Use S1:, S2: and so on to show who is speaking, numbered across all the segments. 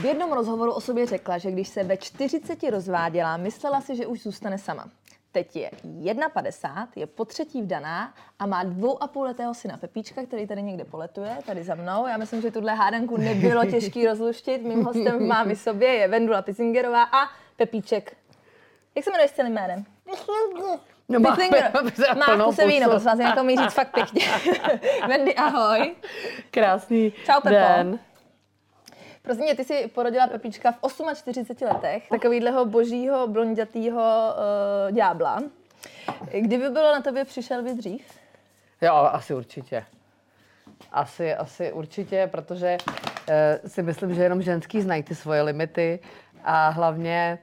S1: jednom rozhovoru o sobě řekla, že když se ve 40 rozváděla, myslela si, že už zůstane sama. Teď je 51, je potřetí vdaná a má 2,5letého syna Pepíčka, který tady někde poletuje, tady za mnou. Já myslím, že tuhle hádanku nebylo těžký rozluštit. Mým hostem v Mámi sobě je Vendula Pisingerová a Pepíček. Jak se jmenuješ celým jménem?
S2: No,
S1: má v kuse víno, prosím vás, jak to umí říct fakt pěkně. Vendy, ahoj.
S2: Krásný
S1: Čau, Pepo.
S2: den.
S1: Prosím mě, ty jsi porodila Pepíčka v 48 letech, takovýhleho božího blondětýho ďábla. Kdyby bylo na tobě, přišel by dřív?
S2: Jo, asi určitě. Asi určitě, protože si myslím, že jenom ženský znají ty svoje limity a hlavně,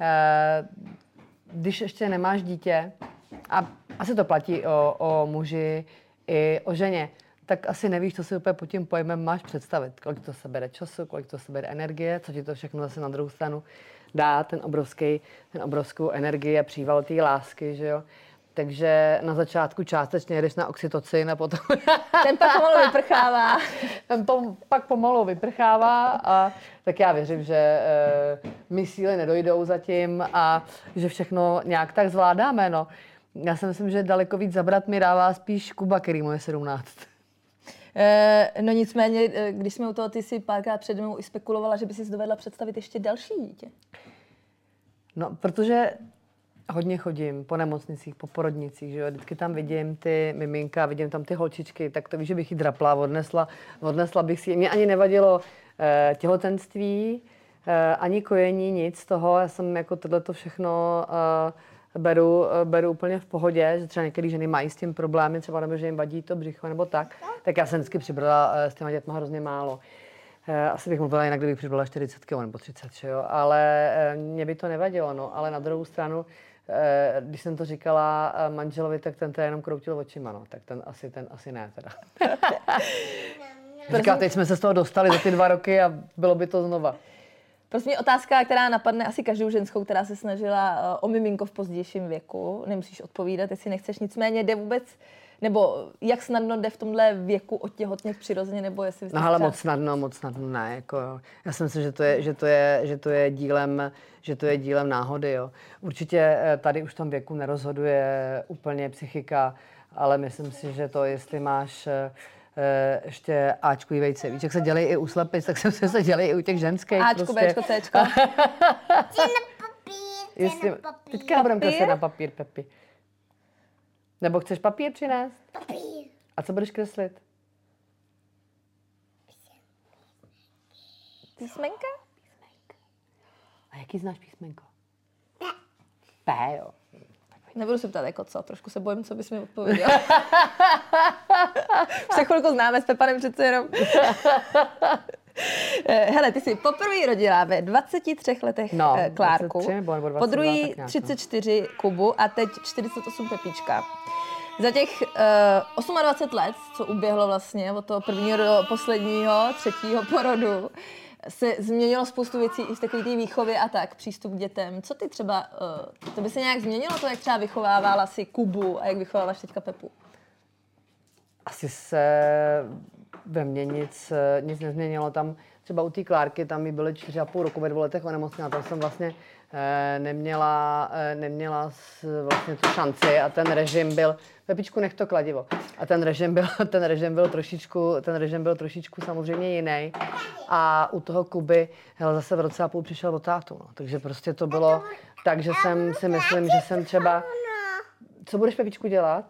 S2: když ještě nemáš dítě, a asi to platí o muži i o ženě, tak asi nevíš, co si úplně pod tím pojmem máš představit. Kolik to se bere času, kolik to se bere energie, co ti to všechno zase na druhou stranu dá, ten obrovskou energii a příval té lásky, že jo. Takže na začátku částečně jdeš na oxytocin a potom...
S1: Ten pak pomalu vyprchává.
S2: Pak pomalu vyprchává a tak já věřím, že my síly nedojdou zatím a že všechno nějak tak zvládáme, no. Já si myslím, že daleko víc zabrat mi dává spíš Kuba, který mu je 17.
S1: No nicméně, když jsme u toho, ty si párkrát přede mnou i spekulovala, že by si dovedla představit ještě další dítě.
S2: No, protože hodně chodím po nemocnicích, po porodnicích, že jo, vždycky tam vidím ty miminka, vidím tam ty holčičky, tak to víš, že bych ji drapla, odnesla bych si. Mně ani nevadilo těhotenství, ani kojení, nic z toho, já jsem jako tohleto všechno beru úplně v pohodě, že třeba některé ženy mají s tím problémy, třeba nebo že jim vadí to břicho nebo tak já jsem vždycky přibrala s těma dětma hrozně málo. Asi bych mluvila jinak, kdybych přibrala 40 kg nebo 30, že jo, ale mě by to nevadilo, no, ale na druhou stranu, když jsem to říkala manželovi, tak ten to jenom kroutil očima, no, tak ten asi ne teda. Říká, teď jsme se z toho dostali za ty 2 roky a bylo by to znova.
S1: Prostě otázka, která napadne asi každou ženskou, která se snažila o miminko v pozdějším věku. Nemusíš odpovídat, jestli nechceš, nicméně jde vůbec, nebo jak snadno jde v tomhle věku otěhotnět přirozeně, nebo jestli...
S2: No ale moc snadno ne, jako jo. Já si myslím, že to je dílem náhody, jo. Určitě tady už v tom věku nerozhoduje úplně psychika, ale myslím si, že to, jestli máš ještě Ačku i vejce. Víš, jak se dělají i u slepic, tak se dělají i u těch ženských.
S1: Ačko, prostě. Bčko, Cčko.
S2: Teďka nebudem kreslit na papír, Pepi. Nebo chceš papír přinést?
S3: Papír.
S2: A co budeš kreslit?
S1: Písmenka?
S2: A jaký znáš písmenko? P, jo.
S1: Nebudu se ptát jako co, trošku se bojím, co bys mi odpověděl. Už se chvilku známe s Pepanem přece jenom. Hele, ty jsi poprvé rodila ve 23 letech Klárku,
S2: 23 nebo 22,
S1: po druhý 34 Kubu a teď 48 Pepíčka. Za těch 28 let, co uběhlo vlastně od toho prvního do posledního, 3. porodu, se změnilo spoustu věcí i v takové té výchově a tak, přístup k dětem. Co ty třeba, to by se nějak změnilo to, jak třeba vychovávala si Kubu a jak vychováváš teďka Pepu?
S2: Asi se ve mně nic nezměnilo. Tam třeba u té Klárky, tam jí byly 4,5 roku ve 2 letech onemocněna. Tam jsem vlastně neměla vlastně tu šanci a ten režim byl, Pepičku, nech to kladivo. A ten režim byl trošičku samozřejmě jiný. A u toho Kuby, hele, zase v roce a půl přišel od tátu, no. Takže prostě to bylo tak, že jsem si myslím, že jsem třeba... Co budeš, Pepičku, dělat?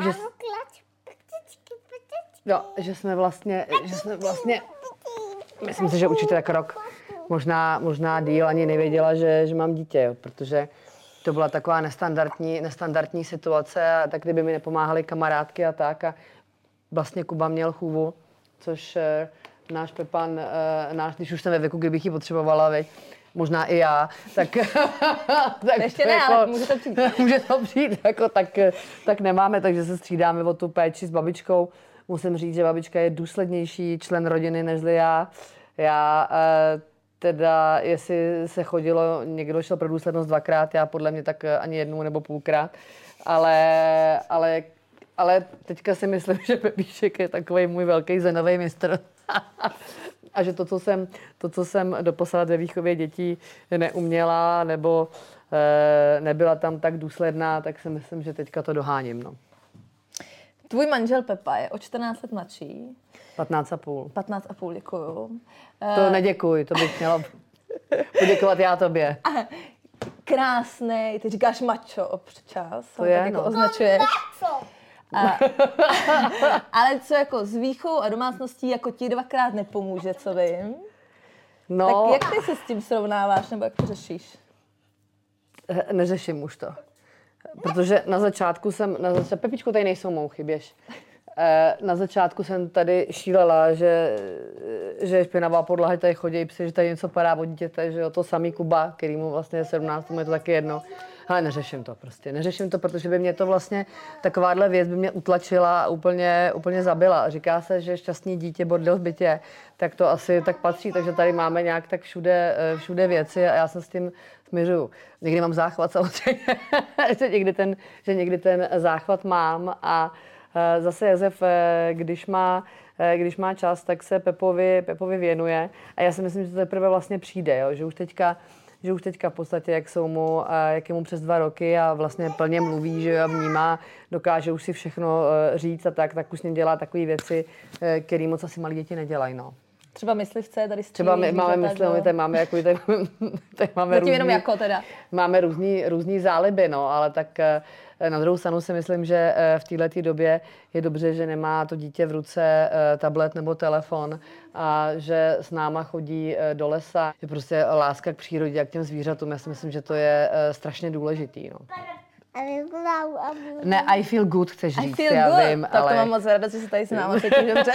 S2: Že jsme vlastně, myslím si, že určitě tak rok, možná díl, ani nevěděla, že mám dítě, jo, protože to byla taková nestandardní situace a tak kdyby mi nepomáhaly kamarádky a tak a vlastně Kuba měl chůvu, což náš Pepan, když už jsem ve věku, kdybych ji potřebovala, veď, možná i já, tak
S1: ještě ne, jako, ale může to přijít.
S2: Může to přijít, jako, tak nemáme, takže se střídáme o tu péči s babičkou. Musím říct, že babička je důslednější člen rodiny nežli já. Já teda, jestli se chodilo, někdo šel pro důslednost 2krát, já podle mě tak ani 1 nebo půlkrát. Ale teďka si myslím, že Pepíšek je takový můj velký zenový mistr. A že to, co jsem doposlat ve výchově dětí neuměla nebo nebyla tam tak důsledná, tak si myslím, že teďka to doháním. No.
S1: Tvůj manžel Pepa je o 14 let mladší.
S2: 15,5.
S1: 15,5, děkuju.
S2: To neděkuji, to bych měla poděkovat já tobě.
S1: Krásnej, ty říkáš mačo občas.
S2: To je,
S1: tak jako
S2: no.
S1: označuješ. Ale co jako s výchovou a domácností jako ti dvakrát nepomůže, co vím?
S2: No,
S1: Tak jak ty se s tím srovnáváš, nebo jak to řešíš?
S2: neřeším už to. Protože na začátku Pepičko, tady nejsou mouchy, běž. Na začátku jsem tady šílela, že je špinavá podlaha, tady chodí psy, že tady něco padá od dítěte, že jo, to samý Kuba, který mu vlastně je 17, mu je to taky jedno. Ale neřeším to prostě, protože by mě to vlastně, takováhle věc by mě utlačila a úplně zabila. Říká se, že šťastný dítě bordel v bytě, tak to asi tak patří, takže tady máme nějak tak všude věci a já se s tím směřuju. Někdy mám záchvat samozřejmě, že někdy ten záchvat mám a zase Josef, když má čas, tak se Pepovi věnuje a já si myslím, že to teprve vlastně přijde, jo? Že už teďka v podstatě, jak je mu přes 2 roky a vlastně plně mluví, že jo, vnímá, dokáže už si všechno říct a tak už s ním dělá takové věci, které moc asi malí děti nedělají, no.
S1: Třeba myslivce, tady
S2: třeba my máme myslivce, tady máme jako, tady máme
S1: různý, jenom jako teda.
S2: Máme různý záliby, no, ale tak na druhou stranu si myslím, že v této době je dobře, že nemá to dítě v ruce tablet nebo telefon a že s náma chodí do lesa. Je prostě láska k přírodě a k těm zvířatům. Já si myslím, že to je strašně důležitý, no. Ne, I feel good, chceš říct, já vím,
S1: tak
S2: ale...
S1: to mám moc ráda, že se tady s náma cítím dobře.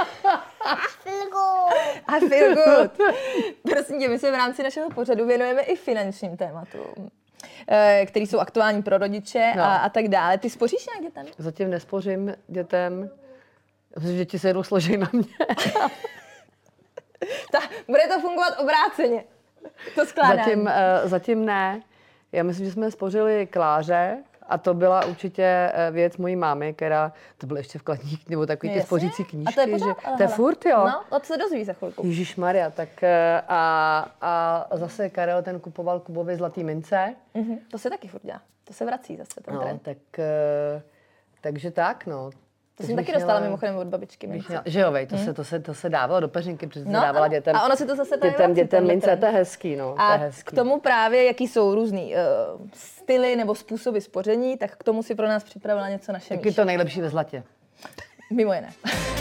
S3: I feel good.
S1: Prosím tě, my se v rámci našeho pořadu věnujeme i finančním tématům, které jsou aktuální pro rodiče a tak dále. Ty spoříš nějak dětem?
S2: Zatím nespořím dětem. Myslím, že děti se jednou složí na mě.
S1: Bude to fungovat obráceně. To skládání.
S2: Zatím ne. Já myslím, že jsme spořili Kláře a to byla určitě věc mojí mámy, která, to bylo ještě vkladník, nebo takový ty spořící knížky.
S1: A to je pořád?
S2: To je furt, jo.
S1: No, to se dozví za chvilku.
S2: Ježišmarja, tak a zase Karel ten kupoval Kubovi zlatý mince.
S1: To se taky furt dělá. To se vrací zase ten trend.
S2: Takže tak, no.
S1: To jsem taky dostala mimochodem od babičky.
S2: Že jo, vej, to se dávalo do peřinky, protože se dávala dětem.
S1: A ono si to zase tady vrací.
S2: Dětem mince, to je hezký, no.
S1: A k tomu právě, jaký jsou různý styly nebo způsoby spoření, tak k tomu si pro nás připravila něco naše Míša.
S2: Je to nejlepší ve zlatě.
S1: Mimo jiné.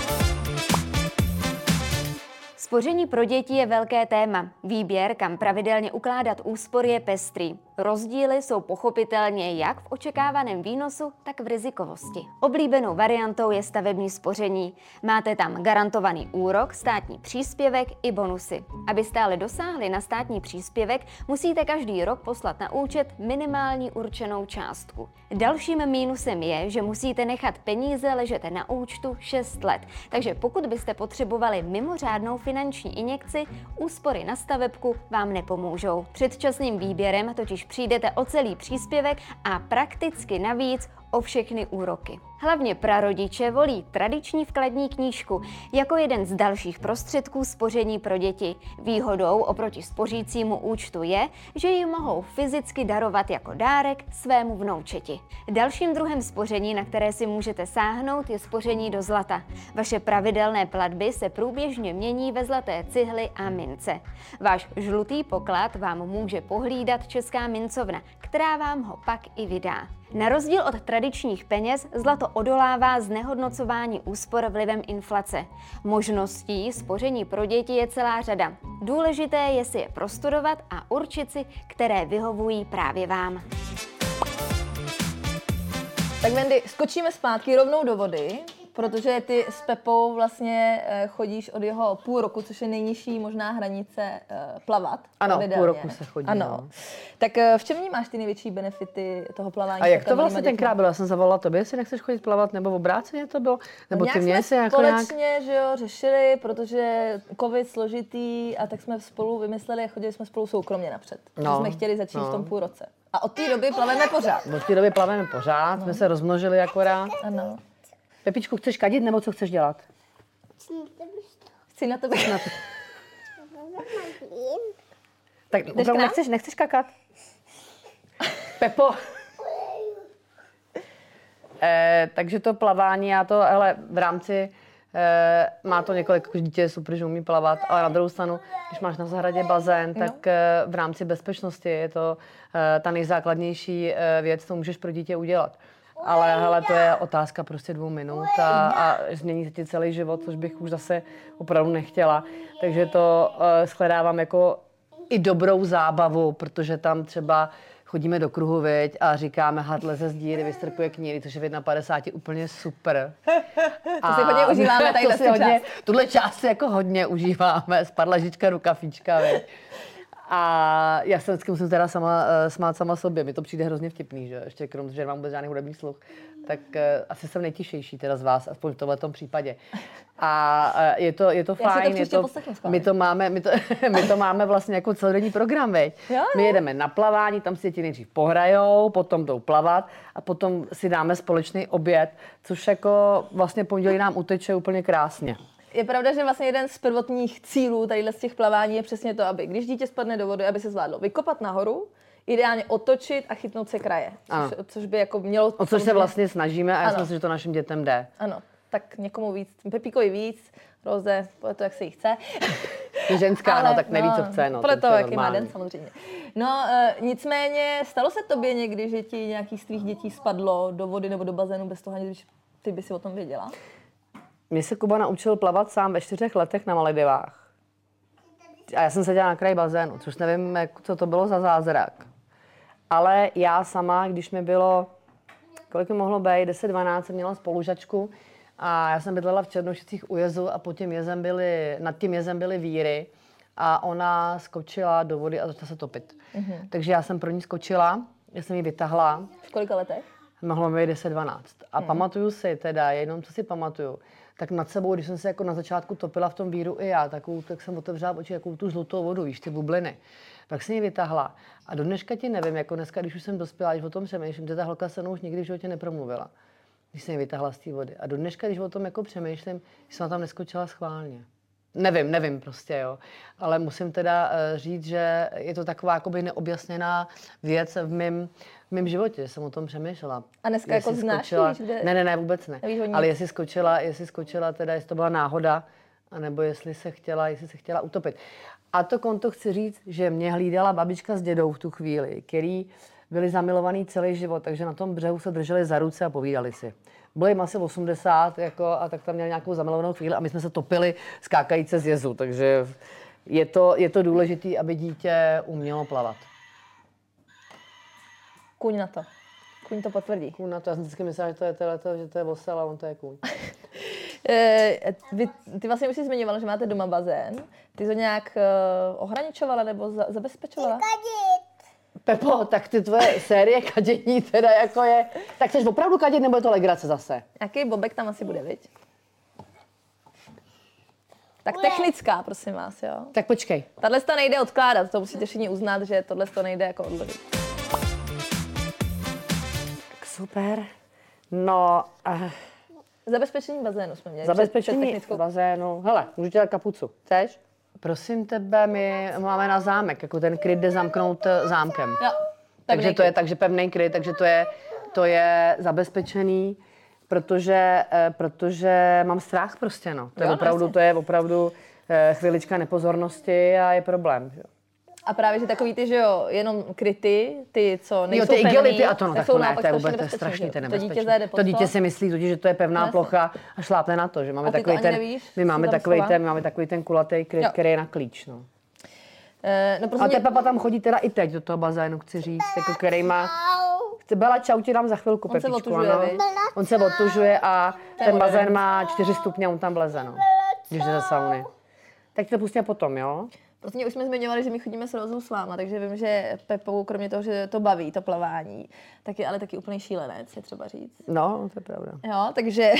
S3: Spoření pro děti je velké téma. Výběr, kam pravidelně ukládat úspory, je pestrý. Rozdíly jsou pochopitelně jak v očekávaném výnosu, tak v rizikovosti. Oblíbenou variantou je stavební spoření. Máte tam garantovaný úrok, státní příspěvek i bonusy. Abyste ale dosáhli na státní příspěvek, musíte každý rok poslat na účet minimální určenou částku. Dalším mínusem je, že musíte nechat peníze ležet na účtu 6 let. Takže pokud byste potřebovali mimořádnou finanční injekci, úspory na stavebku vám nepomůžou. Předčasným výběrem totiž přijdete o celý příspěvek a prakticky navíc o všechny úroky. Hlavně prarodiče volí tradiční vkladní knížku jako jeden z dalších prostředků spoření pro děti. Výhodou oproti spořícímu účtu je, že ji mohou fyzicky darovat jako dárek svému vnoučeti. Dalším druhem spoření, na které si můžete sáhnout, je spoření do zlata. Vaše pravidelné platby se průběžně mění ve zlaté cihly a mince. Váš žlutý poklad vám může pohlídat Česká mincovna, která vám ho pak i vydá. Na rozdíl od tradičních peněz zlato odolává znehodnocování úspor vlivem inflace. Možností spoření pro děti je celá řada. Důležité je si je prostudovat a určit si, které vyhovují právě vám.
S1: Tak Wendy, skočíme zpátky rovnou do vody, protože ty s Pepou vlastně chodíš od jeho půl roku, což je nejnižší možná hranice plavat.
S2: Ano,
S1: pravidelně.
S2: Půl roku se chodí.
S1: Ano.
S2: No.
S1: Tak v čem máš ty největší benefity toho plavání?
S2: A jak to vlastně tenkrát bylo? Já jsem zavolala tobě, jestli nechceš chodit plavat, nebo obráceně to bylo? Nebo ty mě se jako
S1: společně, že jo, řešili, protože covid složitý a tak jsme spolu vymysleli a chodili jsme spolu soukromně napřed. No, jsme chtěli začít v tom půl roce. A od té doby plaveme pořád.
S2: Od té doby plaveme pořád, jsme se rozmnožili akorát.
S1: Ano.
S2: Pepičku, chceš kadit, nebo co chceš dělat?
S1: Chci na tebe.
S2: Tak opravdu nechceš kakat? Pepo. Takže to plavání, v rámci, má to několik, dítě je super, že umí plavat, ale na druhou stranu, když máš na zahradě bazén, tak v rámci bezpečnosti je to ta nejzákladnější věc, co můžeš pro dítě udělat. Ale hele, to je otázka prostě 2 minut a změní se ti celý život, což bych už zase opravdu nechtěla. Takže to shledávám jako i dobrou zábavu, protože tam třeba chodíme do kruhu, viď, a říkáme, had leze z díry, vystrkuje kníry, což je v 51 úplně super.
S1: To si hodně užíváme,
S2: tuhle část si jako hodně užíváme, spadla žička, rukafíčka, viď. A já se vždycky musím teda smát sama sobě, mi to přijde hrozně vtipný, že ještě krom, že nemám vůbec žádný hudební sluch, tak asi jsem nejtišejší teda z vás, aspoň v tomhletom případě. A je to fajn, my to máme vlastně jako celodenní program, veď. My jedeme na plavání, tam si děti nejdřív pohrajou, potom jdou plavat a potom si dáme společný oběd, což jako vlastně pondělí nám uteče úplně krásně.
S1: Je pravda, že vlastně jeden z prvotních cílů tadyhle z těch plavání je přesně to, aby když dítě spadne do vody, aby se zvládlo vykopat nahoru, ideálně otočit a chytnout se kraje, což by jako mělo...
S2: O což se vlastně snažíme a já si myslím, že to našim dětem jde.
S1: Ano, tak někomu víc, Pepíkovi víc, Roze, podle toho, jak se jí chce.
S2: Je ženská, ale, tak neví, co chce.
S1: Podle toho, jaký má den, samozřejmě. No, nicméně, stalo se tobě někdy, že ti nějaký z tvých dětí spadlo do vody nebo do bazénu bez toho, aniž ty by si o tom věděla?
S2: Mě se Kuba naučil plavat sám ve 4 letech na Maledivách. A já jsem seděla na kraji bazénu, což nevím, co to bylo za zázrak. Ale já sama, když mi bylo, kolik mi mohlo být, 10-12, jsem měla spolužačku a já jsem bydlela v Černošicích u jezu a nad tím jezem byly víry a ona skočila do vody a začala se topit. Takže já jsem pro ní skočila, já jsem ji vytahla.
S1: V kolika letech?
S2: Mohlo mi být 10-12. A pamatuju si teda, jenom co si pamatuju, tak nad sebou, když jsem se jako na začátku topila v tom víru i já, tak jsem otevřela oči jako tu žlutou vodu, víš, ty bubliny. Pak jsem ji vytáhla. A do dneška ti nevím, jako dneska, když už jsem dospěla, když o tom přemýšlím, že ta holka se mnou už nikdy v životě nepromluvila, když jsem ji vytáhla z té vody. A do dneška, když o tom jako přemýšlím, jsem tam neskočila schválně. Nevím prostě, jo. Ale musím teda říct, že je to taková jakoby neobjasněná věc v mém životě, že jsem o tom přemýšlela.
S1: A dneska jako znáš,
S2: kde... Ne, vůbec ne. Ale jestli skočila teda, jestli to byla náhoda, anebo jestli se chtěla utopit. A to konto chci říct, že mě hlídala babička s dědou v tu chvíli, který byli zamilovaní celý život, takže na tom břehu se drželi za ruce a povídali si. Bylo jim asi 80, jako, a tak tam měli nějakou zamilovanou chvíli a my jsme se topili skákajíce z jezu, takže je to důležité, aby dítě umělo plavat.
S1: Kůň na to. Kůň to potvrdí.
S2: Kůň na to, já jsem vždycky myslela, že to je osel a on to je kůň.
S1: Ty vlastně už jsi zmiňovala, že máte doma bazén. Ty to nějak ohraničovala nebo zabezpečovala?
S2: Pepo, tak ty tvoje série kadění teda jako je... Tak chceš opravdu kadět, nebo je to legrace zase?
S1: Jaký bobek tam asi bude, viď? Tak technická, prosím vás, jo?
S2: Tak počkej.
S1: Tahle to nejde odkládat, to musíte všichni uznat, že tohle to nejde jako odložit.
S2: Tak super. No...
S1: Zabezpečení bazénu jsme měli.
S2: Zabezpečení bazénu. Hele, můžu ti dát kapucu. Chceš? Prosím tebe, my máme na zámek, jako ten kryt jde zamknout zámkem.
S1: Jo,
S2: takže to je pevný kryt, takže to je zabezpečený, protože mám strach prostě, no. To je opravdu chvilička nepozornosti a je problém. Jo.
S1: A právě, že takový ty, že jo, jenom kryty, ty, co nejsou
S2: pevný,
S1: igelity
S2: a to no, tak to ne, to je vůbec strašný, to je nebezpečný. To dítě si myslí totiž, že to je pevná plocha a šlápne na to, že máme takový ten, my máme takový ten kulatý kryt, který je na klíč, no. A ten papa tam chodí teda i teď do toho bazénu, chci říct, jako který má... Bela, čau, ti dám za chvilku, Pepičku, ano. On se otužuje a ten bazén má 4 stupně a on tam vleze, no, když jde ze sauny. Tak to pustíme potom, jo?
S1: Prostě už jsme zmiňovali, že my chodíme s Rozou s váma, takže vím, že Pepu, kromě toho, že to baví, to plavání, tak je ale taky úplný šílenec, je třeba říct.
S2: No, to je pravda.
S1: Jo, takže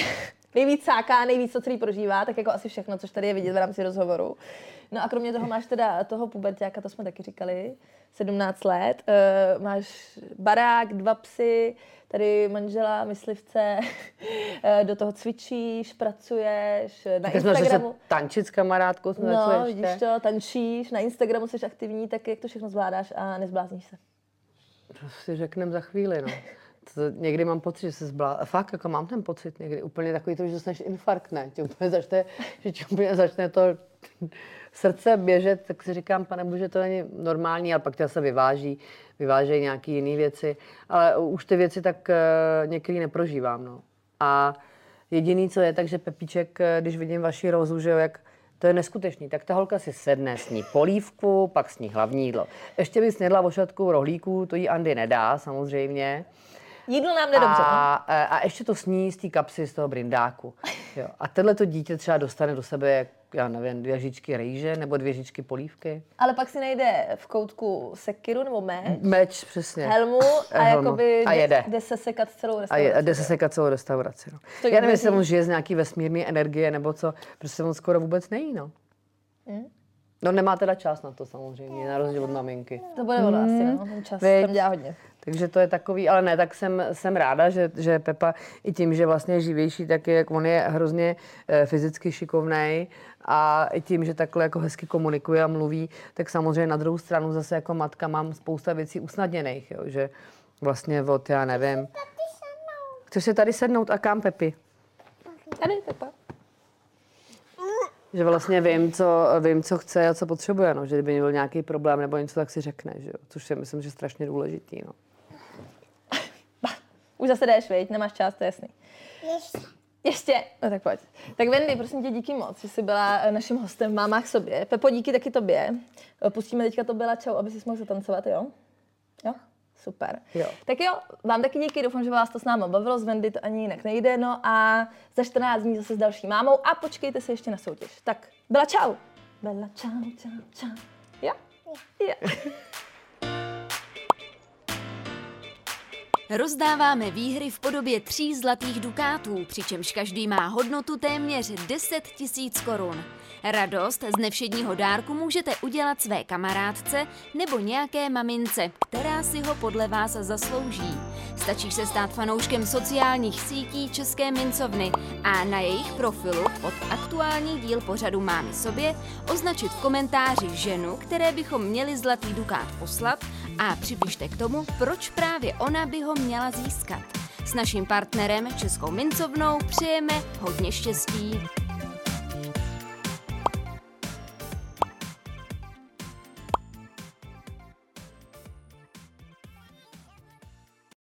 S1: nejvíc sáká, nejvíc to celý prožívá, tak jako asi všechno, což tady je vidět v rámci rozhovoru. No a kromě toho máš teda toho puberťáka, to jsme taky říkali, 17 let, máš barák, 2 psy, tady manžela, myslivce, do toho cvičíš, pracuješ, na Instagramu.
S2: Jsme tančit s kamarádkou,
S1: no, vidíš to, tančíš, na Instagramu jsi aktivní, tak jak to všechno zvládáš a nezblázníš se?
S2: To si řekneme za chvíli, no. To někdy mám pocit, že se fakt, jako mám ten pocit někdy, úplně takový to, že dostaneš infarkt, ne? Že ti úplně začne to srdce běžet, tak si říkám, pane bože, to není normální, ale pak tě se vyvážejí nějaké jiné věci, ale už ty věci tak některý neprožívám, no. A jediný, co je, takže Pepíček, když vidím vaši Rozu, že jo, jak to je neskutečný, tak ta holka si sedne, sní polívku, pak sní hlavní jídlo. Ještě by snědla vošatku rohlíků, to jí Andy nedá, samozřejmě.
S1: Jídlo nám jde dobře,
S2: a ještě to sní z té kapsy, z toho brindáku. Jo. A tohleto dítě třeba dostane do sebe, já nevím, 2 lžičky rejže nebo 2 lžičky polívky.
S1: Ale pak si najde v koutku sekiru nebo
S2: meč, přesně.
S1: Helmu a jakoby jde se sekat celou restauraci.
S2: A jde se sekat celou restauraci. No. Já nevím, jestli on žije z nějaký vesmírné energie nebo co, protože on skoro vůbec nejí, no. No nemá teda čas na to samozřejmě, na rozdíl od maminky.
S1: To bude ono asi, no. Ten čas tam dělá hodně.
S2: Takže to je takový, ale ne, tak jsem ráda, že Pepa i tím, že vlastně je živější, tak je, on je hrozně fyzicky šikovnej a i tím, že takhle jako hezky komunikuje a mluví, tak samozřejmě na druhou stranu zase jako matka mám spousta věcí usnadněných, jo, že vlastně od, já nevím. Chceš se tady sednout a kam, Pepi?
S1: Tady, Pepa.
S2: Že vlastně vím, co chce a co potřebuje, no. Že kdyby měl nějaký problém nebo něco, tak si řekne, že jo? Což je, myslím, že strašně důležitý, no.
S1: Už zase jdeš, viď? Nemáš čas, to je jasný. Ještě. No tak pojď. Tak Wendy, prosím tě, díky moc, že jsi byla naším hostem v Mámách sobě. Pepo, díky taky tobě. Pustíme teďka to byla čau, aby si mohl zatancovat, jo? Jo? Super.
S2: Jo.
S1: Tak jo, vám taky díky, doufám, že vás to s námi bavilo, z Wendy to ani jinak nejde, no a za 14 dní zase s další mámou a počkejte se ještě na soutěž. Tak, Bela čau. Bela čau, čau, čau. Jo? Jo.
S3: Rozdáváme výhry v podobě 3 zlatých dukátů, přičemž každý má hodnotu téměř 10 000 korun. Radost z nevšedního dárku můžete udělat své kamarádce nebo nějaké mamince, která si ho podle vás zaslouží. Stačí se stát fanouškem sociálních sítí České mincovny a na jejich profilu pod aktuální díl pořadu Mámy sobě označit v komentáři ženu, které bychom měli zlatý dukát poslat a připište k tomu, proč právě ona by ho měla získat. S naším partnerem Českou mincovnou přejeme hodně štěstí.